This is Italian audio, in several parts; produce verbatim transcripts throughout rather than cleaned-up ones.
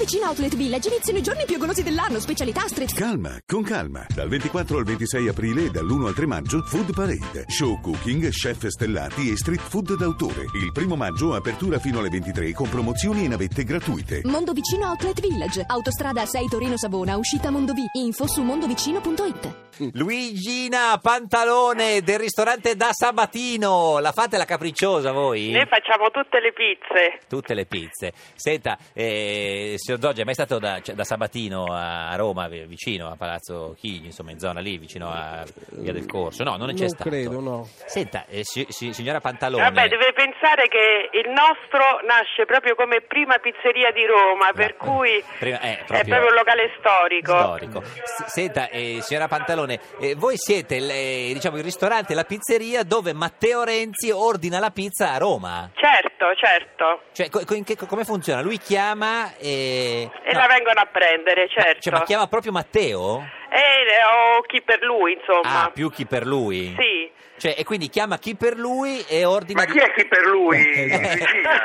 Vicino Outlet Village iniziano i giorni più golosi dell'anno, specialità street. Calma, con calma. Dal ventiquattro al ventisei aprile e dall'primo al tre maggio, Food Parade. Show cooking, chef stellati e street food d'autore. Il primo maggio apertura fino alle ventitré con promozioni e navette gratuite. Mondovicino Outlet Village, autostrada sei Torino Savona, uscita Mondovì. Info su mondovicino punto it. Luigina Pantalone del ristorante Da Sabatino. La fate la capricciosa voi? Noi facciamo tutte le pizze. Tutte le pizze. Senta, eh, signor Zoggia, è mai stato da, cioè, da Sabatino a Roma, vicino a Palazzo Chigi, insomma in zona lì, vicino a Via del Corso? No, non c'è non stato. credo, no. Senta, eh, si, si, signora Pantalone. Vabbè, deve pensare che il nostro nasce proprio come prima pizzeria di Roma, per No, cui prima- eh, è proprio- proprio un locale storico. Storico. S- Senta, eh, signora Pantalone, eh, voi siete il, eh, diciamo, il ristorante, la pizzeria dove Matteo Renzi ordina la pizza a Roma. Certo, certo. Cioè, co- co- in che- come funziona? Lui chiama e... E no, la vengono a prendere, ma, certo. cioè, ma chiama proprio Matteo? E o chi per lui, insomma. Ah, più chi per lui? Sì. Cioè, e quindi chiama chi per lui e ordina... Ma chi è chi per lui? Eh,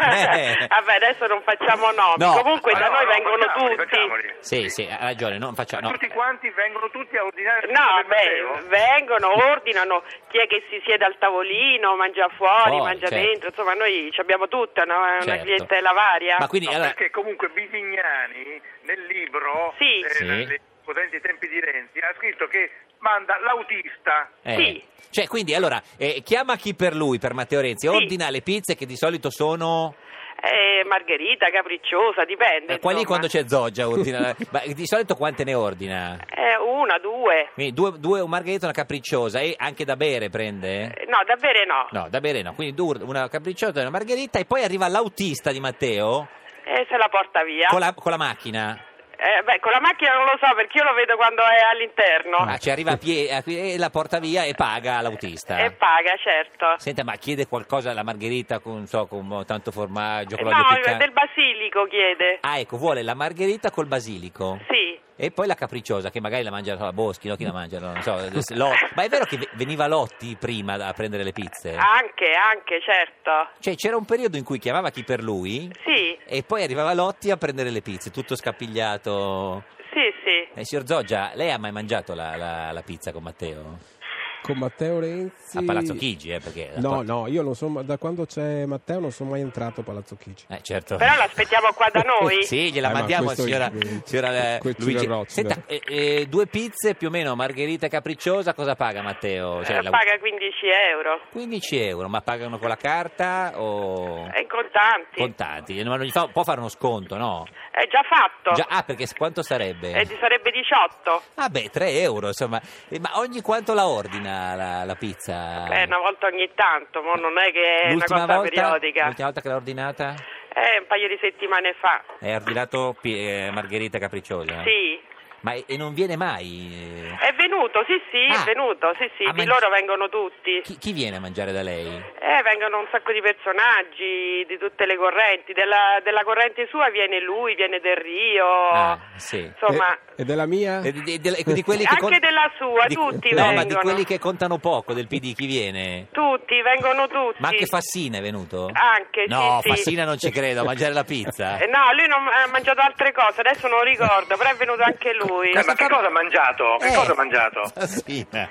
eh. Vabbè, adesso non facciamo nomi. No. Comunque Ma da no, noi no, vengono facciamoli, tutti. facciamoli. Sì, sì, ha ragione, non facciamo... No. Tutti quanti vengono tutti a ordinare il No, pizza del beh, Matteo? vengono, ordinano, chi è che si siede al tavolino, mangia fuori, Fuori, mangia certo. dentro, insomma noi ci abbiamo tutto, no? È una Certo. clientela varia. Ma quindi, No, allora... perché comunque Bisignani nel libro Sì. eh, Sì. nei potenti tempi di Renzi ha scritto che manda l'autista. eh, Sì. Cioè, quindi, allora, eh, chiama chi per lui, per Matteo Renzi, Sì. ordina le pizze che di solito sono... Eh, margherita, capricciosa, dipende. Eh, quali insomma. quando c'è Zoggia ordina? Ma di solito quante ne ordina? Eh, una, due. Quindi due, due un margherita e una capricciosa, e anche da bere prende? Eh, no, davvero no. No, da bere no, quindi due, una capricciosa e una margherita, e poi arriva l'autista di Matteo E se la porta via. con la, con la macchina. Eh, beh, con la macchina non lo so, perché io lo vedo quando è all'interno. Ah, ci arriva a piedi e la porta via e paga l'autista. E paga, certo. Senta, ma chiede qualcosa alla margherita con, non so, con tanto formaggio, con Eh, l'olio no, piccante? del basilico chiede. Ah, ecco, vuole la margherita col basilico. Sì. E poi la capricciosa, che magari la mangia la Boschi, no? Chi la mangia? Non so. Lo- Ma è vero che ve- veniva Lotti prima a prendere le pizze? Anche, anche, certo. Cioè, c'era un periodo in cui chiamava chi per lui Sì, e poi arrivava Lotti a prendere le pizze, tutto scappigliato. sì, sì. Eh, signor Zoggia, lei ha mai mangiato la, la- la pizza con Matteo? Con Matteo Renzi... A Palazzo Chigi, eh, perché... No, no, io non sono... Da quando c'è Matteo non sono mai entrato a Palazzo Chigi. Eh, certo. Però l'aspettiamo qua da noi. Sì, gliela Eh, ma mandiamo, questo- signora, eh, signora eh, questo Luigi. ci verrò, ci Senta, eh, eh, due pizze più o meno, margherita e capricciosa, cosa paga Matteo? Cioè, Eh, la- Paga quindici euro. quindici euro, ma pagano con la carta o È in contanti. contanti? Ma non gli fa, può fare uno sconto, no? È già fatto. Già, ah, perché quanto sarebbe? E sarebbe diciotto. Ah beh, tre euro, insomma. Eh, Ma ogni quanto la ordina la, la pizza? Eh, una volta ogni tanto, ma non è che è L'ultima una cosa volta, periodica. l'ultima volta che l'ha ordinata? Eh, un paio di settimane fa. È ordinato pi- eh, margherita capricciosa? Sì. Ma e e non viene mai? eh? È venuto, sì, sì, Ah. è venuto, sì, sì, Ah, di ma- loro vengono tutti. Chi, chi viene a mangiare da lei? Eh, vengono un sacco di personaggi di tutte le correnti. Della, della corrente sua viene lui, viene Del Rio. Ah, sì. Insomma, E, e della mia? E di, di- di- di quelli che anche cont- della sua, di- tutti no, vengono. ma di quelli che contano poco del P D chi viene? Tutti, vengono tutti. Ma anche Fassina è venuto? Anche, No, sì, sì. Fassina non ci credo, a mangiare la pizza. Eh, no, lui non, ha mangiato altre cose, adesso non ricordo, però è venuto anche lui. Eh, ma che cosa ha mangiato? Che Eh, cosa ha mangiato? Fassina.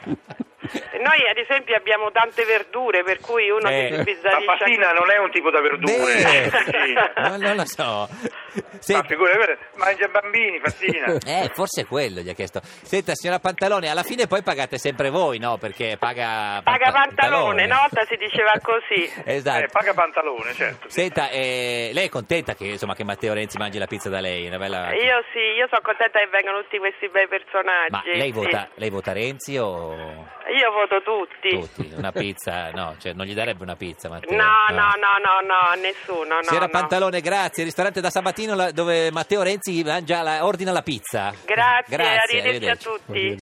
Noi ad esempio abbiamo tante verdure, per cui uno Eh. si La sbizzarrisce. Fassina non è un tipo da verdure. Beh, Sì. no, non lo so. Ma Senta- figura, mangia bambini, Fassina. Eh, forse è quello gli ha chiesto. Senta, signora Pantalone, alla fine poi pagate sempre voi, no? Perché paga... Paga Panta- Pantalone, una volta si diceva così. Esatto. Eh, paga Pantalone, certo. sì. Senta, eh, lei è contenta che, insomma, che Matteo Renzi mangi la pizza da lei? Una bella... Io sì, io sono contenta che vengano tutti questi bei personaggi. Ma lei sì. vota, lei vota Renzi o... Io voto tutti. Tutti, una pizza, no, cioè non gli darebbe una pizza, Matteo. No, no, no, no, no, nessuno, no. Signora no. Pantalone, grazie. Ristorante Da Sabatino la- dove Matteo Renzi mangia la- ordina la pizza. Grazie, Grazie, arrivederci a arrivederci. tutti.